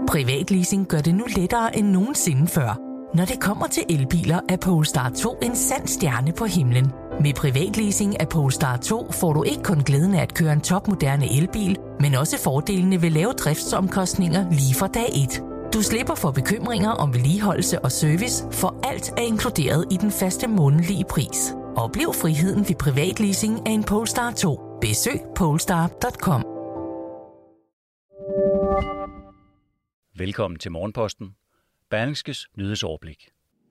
Privatleasing gør det nu lettere end nogensinde før. Når det kommer til elbiler, er Polestar 2 en sand stjerne på himlen. Med privatleasing af Polestar 2 får du ikke kun glæden af at køre en topmoderne elbil, men også fordelene ved lave driftsomkostninger lige fra dag 1. Du slipper for bekymringer om vedligeholdelse og service, for alt er inkluderet i den faste månedlige pris. Oplev friheden ved privatleasing af en Polestar 2. Besøg polestar.com. Velkommen til Morgenposten. Berlingskes nyhedsoverblik.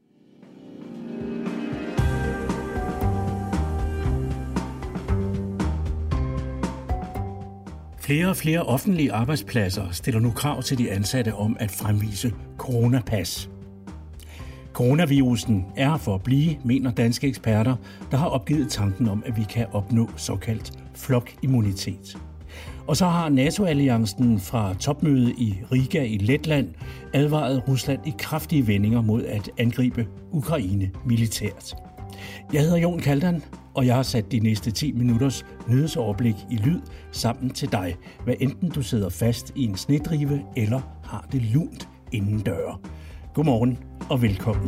Flere og flere offentlige arbejdspladser stiller nu krav til de ansatte om at fremvise coronapas. Coronavirusen er her for at blive, mener danske eksperter, der har opgivet tanken om, at vi kan opnå såkaldt flokimmunitet. Og så har NATO-alliancen fra topmødet i Riga i Letland advaret Rusland i kraftige vendinger mod at angribe Ukraine militært. Jeg hedder Jon Kaldan, og jeg har sat de næste 10 minutters nyhedsoverblik i lyd sammen til dig, hvad enten du sidder fast i en snedrive eller har det lunt inden døre. Godmorgen og velkommen.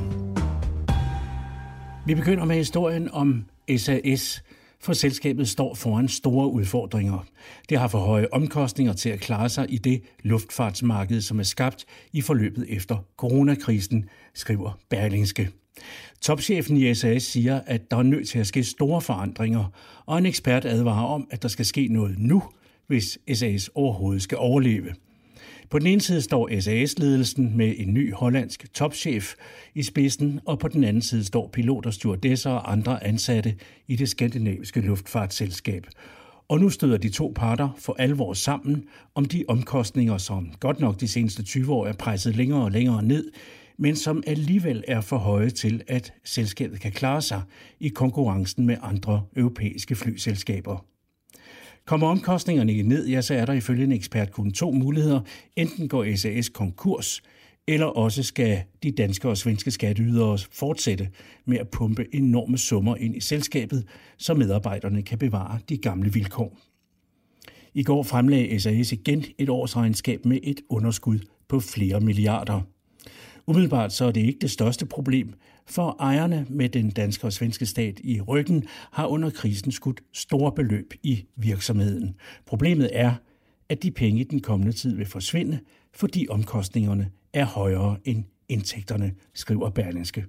Vi begynder med historien om SAS, for selskabet står foran store udfordringer. Det har for høje omkostninger til at klare sig i det luftfartsmarked, som er skabt i forløbet efter coronakrisen, skriver Berlingske. Topchefen i SAS siger, at der er nødt til at ske store forandringer, og en ekspert advarer om, at der skal ske noget nu, hvis SAS overhovedet skal overleve. På den ene side står SAS-ledelsen med en ny hollandsk topchef i spidsen, og på den anden side står piloter, stewardesser og andre ansatte i det skandinaviske luftfartsselskab. Og nu støder de to parter for alvor sammen om de omkostninger, som godt nok de seneste 20 år er presset længere og længere ned, men som alligevel er for høje til, at selskabet kan klare sig i konkurrencen med andre europæiske flyselskaber. Kommer omkostningerne ned, ja, så er der ifølge en ekspert kun 2 muligheder. Enten går SAS konkurs, eller også skal de danske og svenske skatteydere fortsætte med at pumpe enorme summer ind i selskabet, så medarbejderne kan bevare de gamle vilkår. I går fremlagde SAS igen et årsregnskab med et underskud på flere milliarder. Umiddelbart så er det ikke det største problem, for ejerne med den danske og svenske stat i ryggen har under krisen skudt store beløb i virksomheden. Problemet er, at de penge i den kommende tid vil forsvinde, fordi omkostningerne er højere end indtægterne, skriver Berlingske.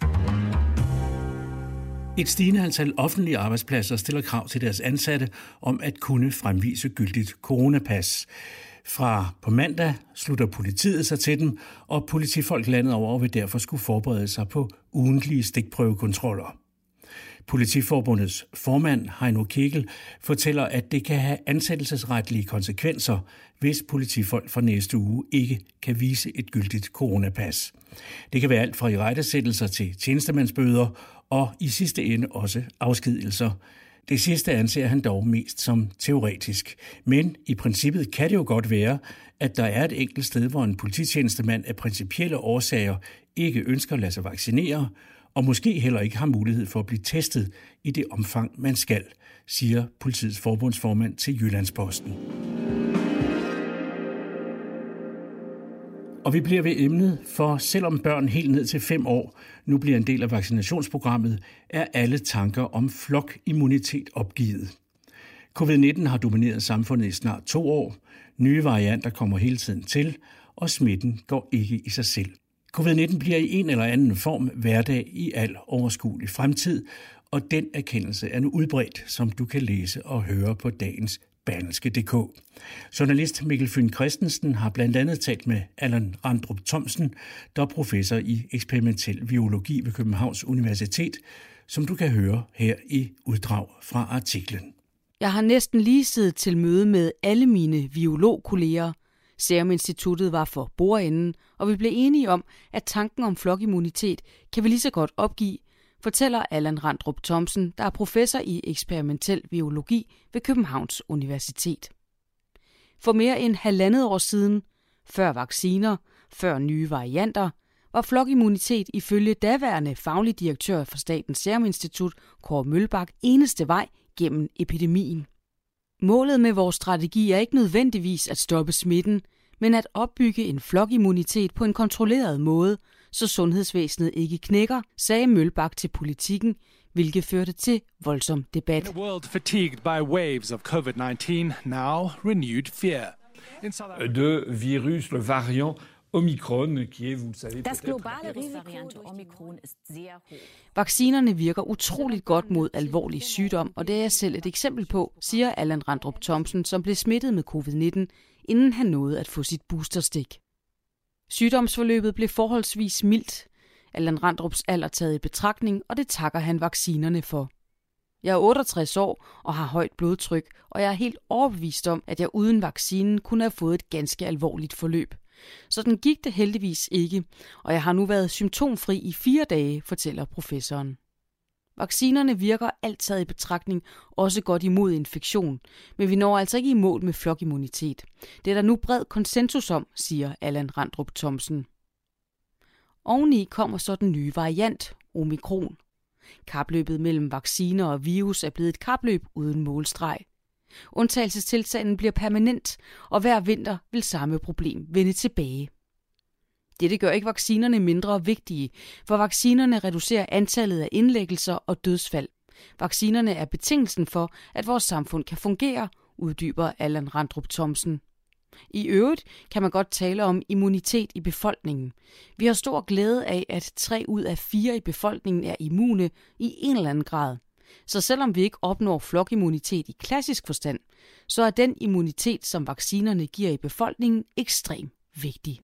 Et stigende antal offentlige arbejdspladser stiller krav til deres ansatte om at kunne fremvise gyldigt coronapas. Fra på mandag slutter politiet sig til dem, og politifolk landet over vil derfor skulle forberede sig på ugentlige stikprøvekontroller. Politiforbundets formand, Heino Kegel, fortæller, at det kan have ansættelsesretlige konsekvenser, hvis politifolk fra næste uge ikke kan vise et gyldigt coronapas. Det kan være alt fra irettesættelser til tjenestemandsbøder og i sidste ende også afskedigelser. Det sidste anser han dog mest som teoretisk. Men i princippet kan det jo godt være, at der er et enkelt sted, hvor en polititjenestemand af principielle årsager ikke ønsker at lade sig vaccinere, og måske heller ikke har mulighed for at blive testet i det omfang, man skal, siger politiets forbundsformand til Jyllandsposten. Og vi bliver ved emnet, for selvom børn helt ned til 5 år nu bliver en del af vaccinationsprogrammet, er alle tanker om flokimmunitet opgivet. Covid-19 har domineret samfundet i snart 2 år, nye varianter kommer hele tiden til, og smitten går ikke i sig selv. Covid-19 bliver i en eller anden form hverdag i al overskuelig fremtid, og den erkendelse er nu udbredt, som du kan læse og høre på dagens Berlingske.dk. Journalist Mikkel Fyn Christensen har blandt andet talt med Allan Randrup Thomsen, der er professor i eksperimentel biologi ved Københavns Universitet, som du kan høre her i uddrag fra artiklen. Jeg har næsten lige siddet til møde med alle mine biologkolleger. Serum Instituttet var for bordenden, og vi blev enige om, at tanken om flokimmunitet kan vi lige så godt opgive, fortæller Allan Randrup Thomsen, der er professor i eksperimentel biologi ved Københavns Universitet. For mere end 1,5 år siden, før vacciner, før nye varianter, var flokimmunitet ifølge daværende faglig direktør for Statens Serum Institut, Kåre Mølbak, eneste vej gennem epidemien. Målet med vores strategi er ikke nødvendigvis at stoppe smitten, men at opbygge en flokimmunitet på en kontrolleret måde, så sundhedsvæsenet ikke knækker, sagde Mølbak til Politikken, hvilket førte til voldsom debat. The world fatigued by waves of COVID-19, now renewed fear. De virus, le variant Omicron, qui est, vous le savez, das globale Risiko Omikron ist sehr hoch. Vaccinerne virker utroligt godt mod alvorlig sygdom, og det er jeg selv et eksempel på, siger Allan Randrup Thomsen, som blev smittet med covid-19, inden han nåede at få sit boosterstik. Sygdomsforløbet blev forholdsvis mildt. Allan Randrups alder taget i betragtning, og det takker han vaccinerne for. Jeg er 68 år og har højt blodtryk, og jeg er helt overbevist om, at jeg uden vaccinen kunne have fået et ganske alvorligt forløb. Sådan gik det heldigvis ikke, og jeg har nu været symptomfri i 4 dage, fortæller professoren. Vaccinerne virker alt taget i betragtning også godt imod infektion, men vi når altså ikke i mål med flokimmunitet. Det er der nu bred konsensus om, siger Allan Randrup Thomsen. Oveni kommer så den nye variant, Omikron. Kapløbet mellem vacciner og virus er blevet et kapløb uden målstreg. Undtagelsestilstanden bliver permanent, og hver vinter vil samme problem vende tilbage. Dette gør ikke vaccinerne mindre vigtige, for vaccinerne reducerer antallet af indlæggelser og dødsfald. Vaccinerne er betingelsen for, at vores samfund kan fungere, uddyber Allan Randrup Thomsen. I øvrigt kan man godt tale om immunitet i befolkningen. Vi har stor glæde af, at 3 ud af 4 i befolkningen er immune i en eller anden grad. Så selvom vi ikke opnår flokimmunitet i klassisk forstand, så er den immunitet, som vaccinerne giver i befolkningen, ekstremt vigtig.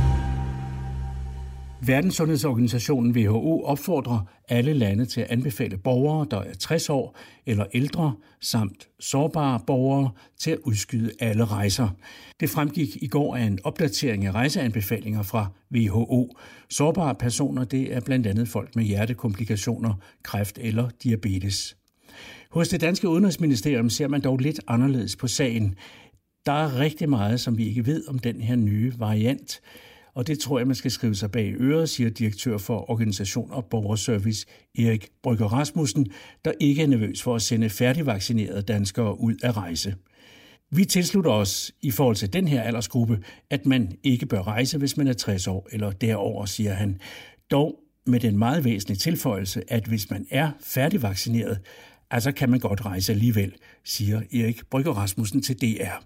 Verdenssundhedsorganisationen WHO opfordrer alle lande til at anbefale borgere, der er 60 år eller ældre, samt sårbare borgere til at udskyde alle rejser. Det fremgik i går af en opdatering af rejseanbefalinger fra WHO. Sårbare personer, det er blandt andet folk med hjertekomplikationer, kræft eller diabetes. Hos det danske udenrigsministerium ser man dog lidt anderledes på sagen. Der er rigtig meget, som vi ikke ved om den her nye variant. Og det tror jeg, man skal skrive sig bag øret, siger direktør for Organisation og Borgerservice Erik Brygger Rasmussen, der ikke er nervøs for at sende færdigvaccinerede danskere ud at rejse. Vi tilslutter os i forhold til den her aldersgruppe, at man ikke bør rejse, hvis man er 60 år eller derover, siger han. Dog med den meget væsentlige tilføjelse, at hvis man er færdigvaccineret, altså kan man godt rejse alligevel, siger Erik Brygger Rasmussen til DR.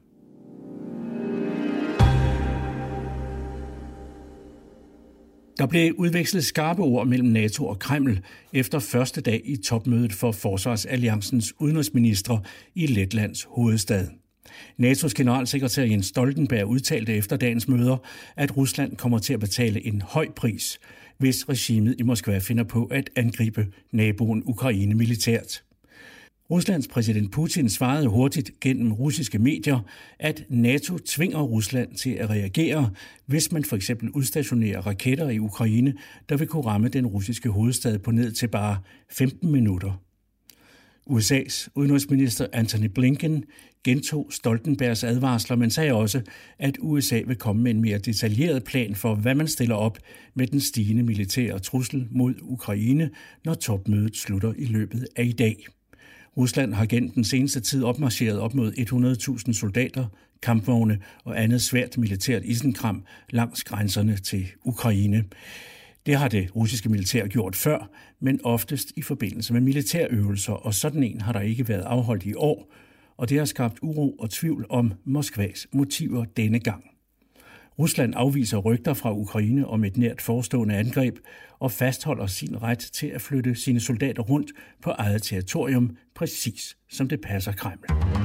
Der blev udvekslet skarpe ord mellem NATO og Kreml efter første dag i topmødet for Forsvarsalliancens udenrigsministre i Letlands hovedstad. NATO's generalsekretær Jens Stoltenberg udtalte efter dagens møder, at Rusland kommer til at betale en høj pris, hvis regimet i Moskva finder på at angribe naboen Ukraine militært. Ruslands præsident Putin svarede hurtigt gennem russiske medier, at NATO tvinger Rusland til at reagere, hvis man for eksempel udstationerer raketter i Ukraine, der vil kunne ramme den russiske hovedstad på ned til bare 15 minutter. USA's udenrigsminister Antony Blinken gentog Stoltenbergs advarsler, men sagde også, at USA vil komme med en mere detaljeret plan for, hvad man stiller op med den stigende militære trussel mod Ukraine, når topmødet slutter i løbet af i dag. Rusland har gennem den seneste tid opmarcheret op mod 100.000 soldater, kampvogne og andet svært militært isenkram langs grænserne til Ukraine. Det har det russiske militær gjort før, men oftest i forbindelse med militærøvelser, og sådan en har der ikke været afholdt i år, og det har skabt uro og tvivl om Moskvas motiver denne gang. Rusland afviser rygter fra Ukraine om et nært forestående angreb og fastholder sin ret til at flytte sine soldater rundt på eget territorium, præcis som det passer Kreml.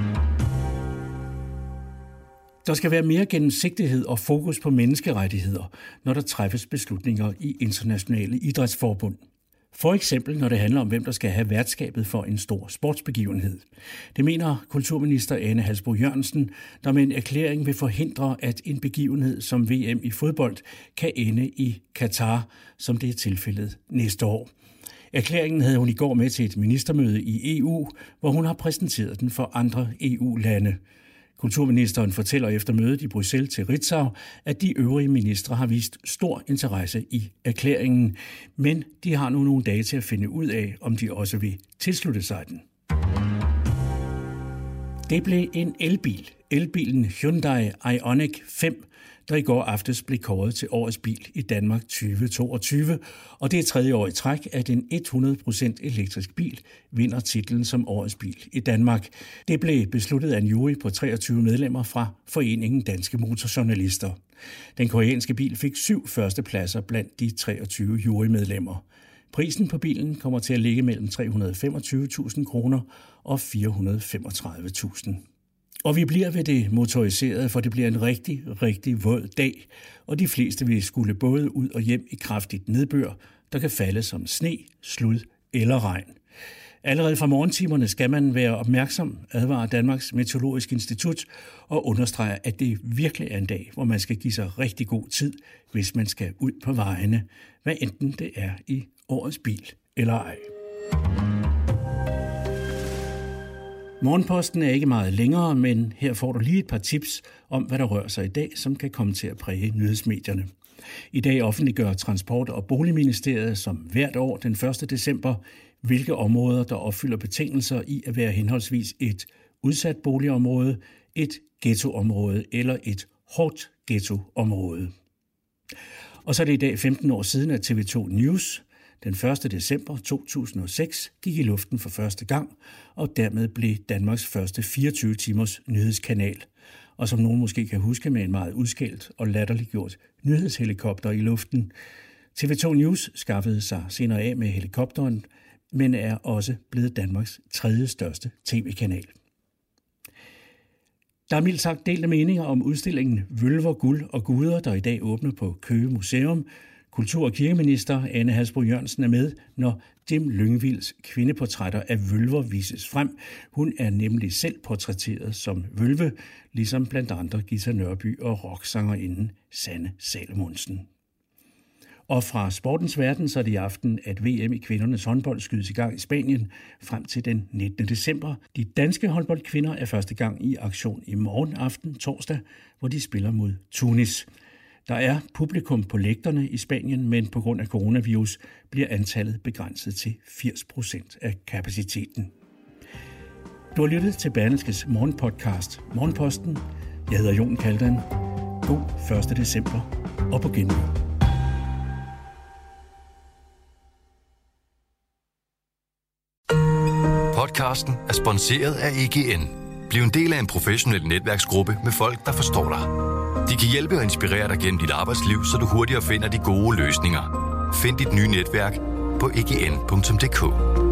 Der skal være mere gennemsigtighed og fokus på menneskerettigheder, når der træffes beslutninger i internationale idrætsforbund. For eksempel når det handler om, hvem der skal have værtskabet for en stor sportsbegivenhed. Det mener kulturminister Ane Halsboe-Jørgensen, der med en erklæring vil forhindre, at en begivenhed som VM i fodbold kan ende i Katar, som det er tilfældet næste år. Erklæringen havde hun i går med til et ministermøde i EU, hvor hun har præsenteret den for andre EU-lande. Kulturministeren fortæller efter mødet i Bruxelles til Ritzau, at de øvrige ministre har vist stor interesse i erklæringen, men de har nu nogle dage til at finde ud af, om de også vil tilslutte sig den. Det blev en elbil. Elbilen Hyundai Ioniq 5, der i går aftes blev kåret til årets bil i Danmark 2022, og det er tredje år i træk, at en 100% elektrisk bil vinder titlen som årets bil i Danmark. Det blev besluttet af en jury på 23 medlemmer fra Foreningen Danske Motorjournalister. Den koreanske bil fik 7 førstepladser blandt de 23 jurymedlemmer. Prisen på bilen kommer til at ligge mellem 325.000 kroner og 435.000. Og vi bliver ved det motoriserede, for det bliver en rigtig, rigtig våd dag, og de fleste vil skulle både ud og hjem i kraftigt nedbør, der kan falde som sne, slud eller regn. Allerede fra morgentimerne skal man være opmærksom, advarer Danmarks Meteorologiske Institut, og understreger, at det virkelig er en dag, hvor man skal give sig rigtig god tid, hvis man skal ud på vejene, hvad enten det er i årets bil eller ej. Morgenposten er ikke meget længere, men her får du lige et par tips om, hvad der rører sig i dag, som kan komme til at præge nyhedsmedierne. I dag offentliggør Transport- og Boligministeriet som hvert år den 1. december, hvilke områder, der opfylder betingelser i at være henholdsvis et udsat boligområde, et ghettoområde eller et hårdt ghettoområde. Og så er det i dag 15 år siden, at TV2 News den 1. december 2006 gik i luften for første gang, og dermed blev Danmarks første 24-timers nyhedskanal. Og som nogen måske kan huske, med en meget udskældt og latterliggjort nyhedshelikopter i luften. TV2 News skaffede sig senere af med helikopteren, men er også blevet Danmarks 3. største tv-kanal. Der er mildt sagt delte meninger om udstillingen Vølver, Guld og Guder, der i dag åbner på Køge Museum. Kultur- og kirkeminister Ane Halsboe-Jørgensen er med, når Jim Lyngvilds kvindeportrætter af vølver vises frem. Hun er nemlig selv portrætteret som vølve, ligesom blandt andre Gita Nørby og rocksangerinden Sanne Salomonsen. Og fra sportens verden så er det i aften, at VM i kvindernes håndbold skydes i gang i Spanien frem til den 19. december. De danske håndboldkvinder er første gang i aktion i morgen aften torsdag, hvor de spiller mod Tunis. Der er publikum på lægterne i Spanien, men på grund af coronavirus bliver antallet begrænset til 80% af kapaciteten. Du har lyttet til Berlingskes morgenpodcast Morgenposten. Jeg hedder Jon Kaldan. God 1. december og på genhør. Podcasten er sponsoreret af EGN. Bliv en del af en professionel netværksgruppe med folk, der forstår dig. De kan hjælpe og inspirere dig gennem dit arbejdsliv, så du hurtigere finder de gode løsninger. Find dit nye netværk på egn.dk.